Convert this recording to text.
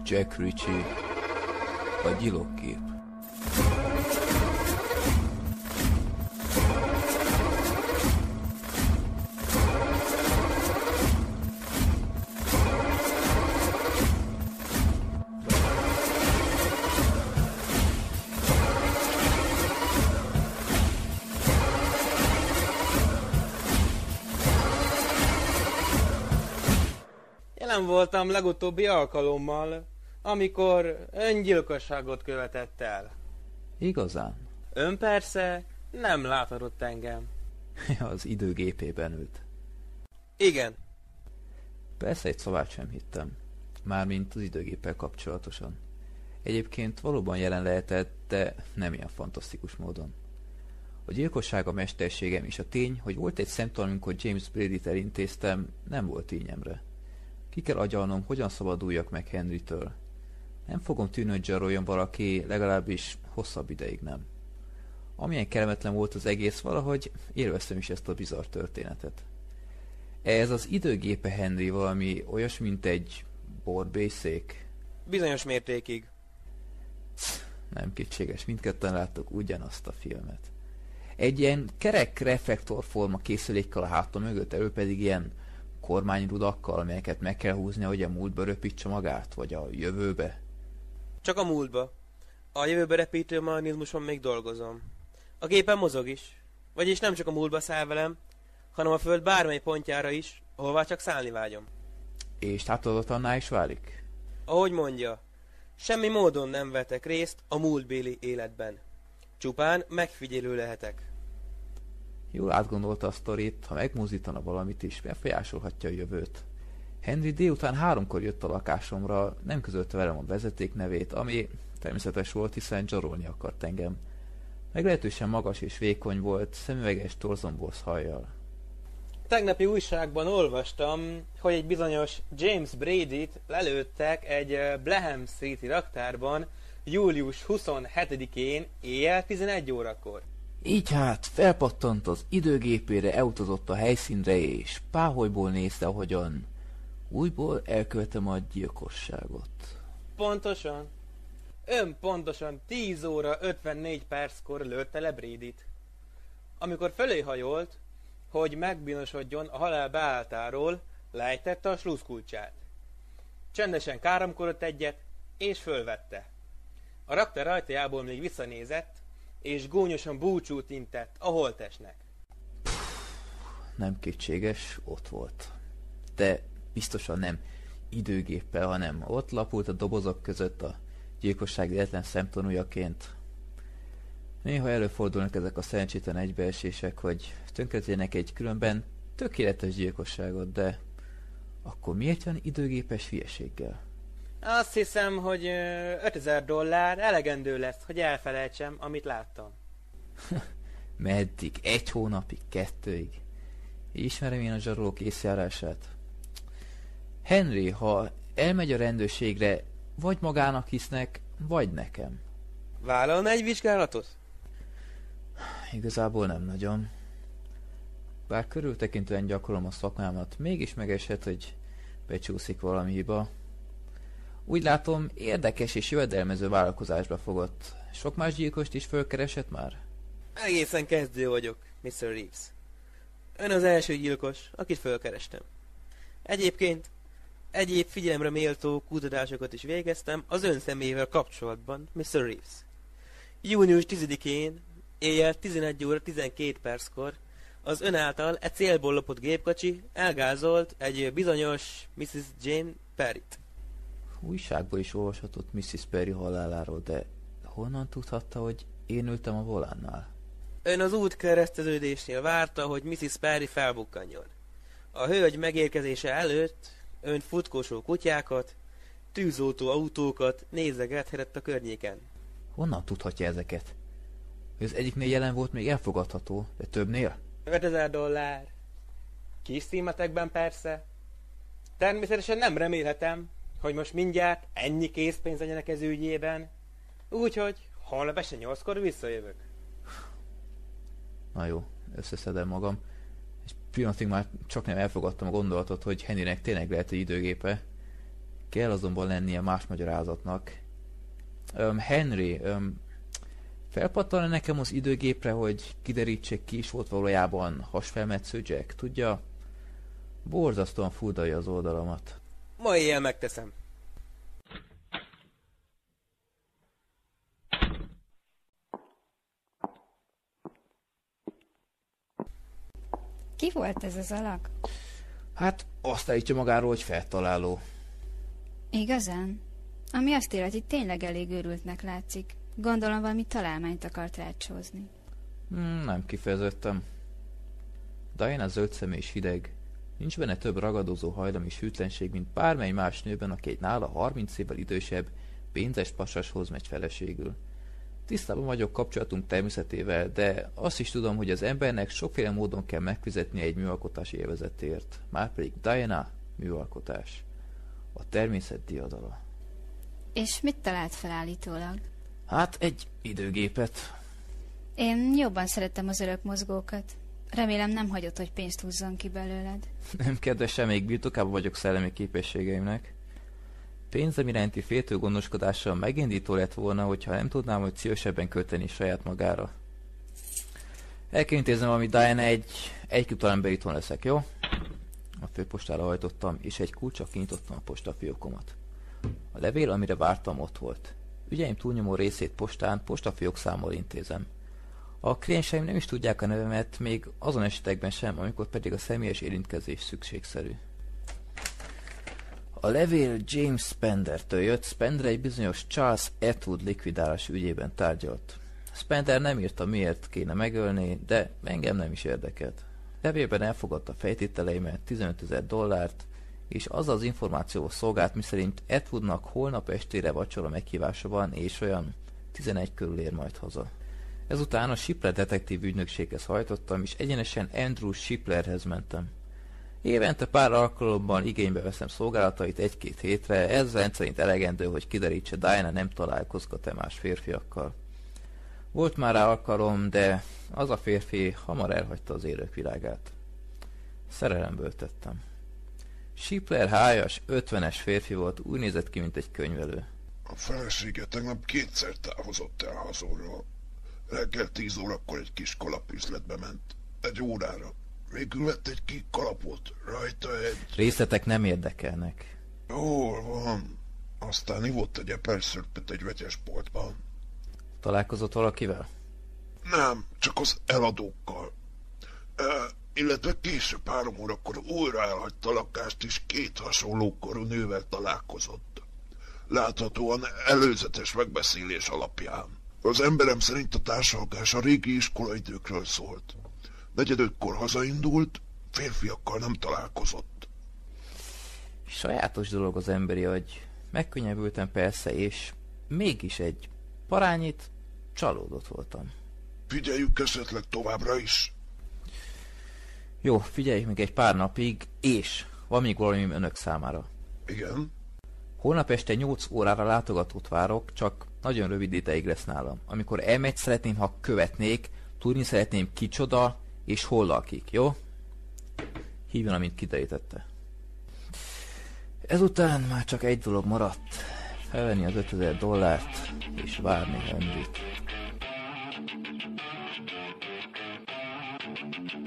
Jack Ritchie, a gyilokgép. Jelen voltam legutóbbi alkalommal, amikor öngyilkosságot követett el. Igazán? Ön persze nem láthatott engem. Az időgépében ült. Igen. Persze egy szavát sem hittem. Mármint az időgéppel kapcsolatosan. Egyébként valóban jelen lehetett, de nem ilyen fantasztikus módon. A gyilkosság a mesterségem, és a tény, hogy volt egy szemtanú, amikor James Bradyt elintéztem, nem volt ínyemre. Ki kell agyalnom, hogyan szabaduljak meg Henrytől. Nem fogom tűnni, hogy zsaroljon valaki, legalábbis hosszabb ideig nem. Amilyen kellemetlen volt az egész, valahogy élveztem is ezt a bizarr történetet. Ez az időgépe Henry valami olyas, mint egy borbészék? Bizonyos mértékig. Nem kétséges, mindketten láttuk ugyanazt a filmet. Egy ilyen kerek reflektorforma készülékkel a háta mögött, elő pedig ilyen kormányrudakkal, amelyeket meg kell húzni, hogy a múltba röpítse magát, vagy a jövőbe? Csak a múltba. A jövőbe repítő mechanizmuson még dolgozom. A gépen mozog is. Vagyis nem csak a múltba száll velem, hanem a föld bármely pontjára is, ahová csak szállni vágyom. És tátolatlanná is válik? Ahogy mondja, semmi módon nem vetek részt a múltbéli életben. Csupán megfigyelő lehetek. Jól átgondolta a sztorit, ha megmozdítana valamit is, befolyásolhatja a jövőt. Henry délután 3-kor jött a lakásomra, nem közölte velem a vezetéknevét, ami természetes volt, hiszen zsarolni akart engem. Meglehetősen magas és vékony volt, szemüveges torzombosz hajjal. Tegnapi újságban olvastam, hogy egy bizonyos James Bradyt lelőttek egy Bleham Street-i raktárban július 27-én éjjel 11 órakor. Így hát felpattant az időgépére, elutazott a helyszínre, és páholyból nézte, ahogyan újból elkövetem a gyilkosságot. Pontosan. Ön pontosan 10 óra 54 perckor lőtte le Bradyt. Amikor fölé hajolt, hogy megbínosodjon a halál beálltáról, lejtette a sluszkulcsát. Csendesen káromkodott egyet, és fölvette. A raktár ajtajából még visszanézett, és gúnyosan búcsút intett a holttestnek. Nem kétséges, ott volt. De biztosan nem időgéppel, hanem ott lapult a dobozok között a gyilkosság egyetlen szemtanújaként. Néha előfordulnak ezek a szerencsétlen egybeesések, hogy tönkretjenek egy különben tökéletes gyilkosságot, de akkor miért jön időgépes hülyeséggel? Azt hiszem, hogy $5000 elegendő lesz, hogy elfelejtsem, amit láttam. Meddig? 1 hónapig? 2-ig? Ismerem én a zsarolók észjárását. Henry, ha elmegy a rendőrségre, vagy magának hisznek, vagy nekem. Vállalna egy vizsgálatot? Igazából nem nagyon. Bár körültekintően gyakorlom a szakmámat, mégis megeshet, hogy becsúszik valami hiba. Úgy látom, érdekes és jövedelmező vállalkozásba fogott. Sok más gyilkost is fölkeresett már? Egészen kezdő vagyok, Mr. Reeves. Ön az első gyilkos, akit fölkerestem. Egyébként egyéb figyelemre méltó kutatásokat is végeztem az ön személyével kapcsolatban, Mr. Reeves. Június 10-én, éjjel 11 óra 12 perckor az ön által célból lopott gépkocsi elgázolt egy bizonyos Mrs. Jane Perryt. Újságból is olvashatott Mrs. Perry haláláról, de honnan tudhatta, hogy én ültem a volánnál? Ön az útkereszteződésnél várta, hogy Mrs. Perry felbukkanjon. A hölgy megérkezése előtt ön futkosó kutyákat, tűzoltó autókat nézegethetett a környéken. Honnan tudhatja ezeket? Hogy az egyiknél jelen volt, még elfogadható, de többnél? $5000. Kis címetekben persze. Természetesen nem remélhetem, hogy most mindjárt ennyi készpénz legyen a kezügyében. Úgyhogy holnap este 8-kor visszajövök. Na jó, összeszedem magam. Egy pillanatig már csak nem elfogadtam a gondolatot, hogy Henrynek tényleg lehet egy időgépe. Kell azonban lennie más magyarázatnak. Henry, felpattanna nekem az időgépre, hogy kiderítsék, ki is volt valójában hasfelmetsző Jack, tudja? Borzasztóan furdalja az oldalamat. Ma éjjel megteszem. Ki volt ez az alak? Hát azt állítja magáról, hogy feltaláló. Igazán? Ami azt illeti, tényleg elég őrültnek látszik. Gondolom valami találmányt akart rácsózni. Nem kifejezettem. Diana zöld szemű és hideg. Nincs benne több ragadozó hajlam és hűtlenség, mint bármely más nőben, aki egy nála 30 évvel idősebb, pénzes pasashoz megy feleségül. Tisztában vagyok kapcsolatunk természetével, de azt is tudom, hogy az embernek sokféle módon kell megfizetnie egy műalkotási élvezetért. Márpedig Diana műalkotás. A természet diadala. És mit talált fel állítólag? Hát egy időgépet. Én jobban szerettem az örök mozgókat. Remélem nem hagyott, hogy pénzt húzzon ki belőled. Nem kedvesen, még birtokában vagyok szellemi képességeimnek. Pénzem iránti féltő gondoskodással megindító lett volna, hogyha nem tudnám, hogy szívesebben költeni saját magára. El kell intéznem valami, Diana, egy után itthon leszek, jó? A főpostára hajtottam, és egy kulccsal kinyitottam a postafiókomat. A levél, amire vártam, ott volt. Ügyeim túlnyomó részét postafiók számmal intézem. A klienseim nem is tudják a nevemet, még azon esetekben sem, amikor pedig a személyes érintkezés szükségszerű. A levél James Spendertől jött. Spender egy bizonyos Charles Atwood likvidálás ügyében tárgyalt. Spender nem írta, miért kéne megölni, de engem nem is érdekelt. Levélben elfogadta fejtételeimet, $15,000, és azzal az információval szolgált, miszerint Atwoodnak holnap estére vacsora meghívása van, és olyan 11 körül ér majd haza. Ezután a Shipler detektív ügynökséghez hajtottam, és egyenesen Andrew Shiplerhez mentem. Évente pár alkalommal igénybe veszem szolgálatait 1-2 hétre, ez rendszerint elegendő, hogy kiderítse, Diana nem találkozgat-e más férfiakkal. Volt már rá alkalom, de az a férfi hamar elhagyta az élők világát. Szerelemből tettem. Shipler hájas, 50-es férfi volt, úgy nézett ki, mint egy könyvelő. A felesége tegnap 2-szer távozott el hazóról. Reggel 10 órakor egy kis kalapüzletbe ment. 1 órára. Végül vett egy kék kalapot, rajta egy... Részletek nem érdekelnek. Jól van. Aztán ivott egy eperszörpet egy vegyesboltban. Találkozott valakivel? Nem, csak az eladókkal. Illetve később 3 órakor újra elhagyta a lakást, és 2 hasonló korú nővel találkozott. Láthatóan előzetes megbeszélés alapján. Az emberem szerint a társalgás a régi iskolaidőkről szólt. 4-5-kor hazaindult, férfiakkal nem találkozott. Sajátos dolog az emberi agy. Megkönnyebbültem persze, és mégis egy parányit csalódott voltam. Figyeljük esetleg továbbra is. Jó, figyeljük még egy pár napig, és van még valami önök számára. Igen? Holnap este 8 órára látogatót várok, csak nagyon rövid ideig lesz nálam. Amikor elmegy, szeretném, ha követnék, tudni szeretném kicsoda, és hol lakik, jó? Hívjon, amint kiderítette. Ezután már csak egy dolog maradt. Felvenni az $5,000 és várni Henryt.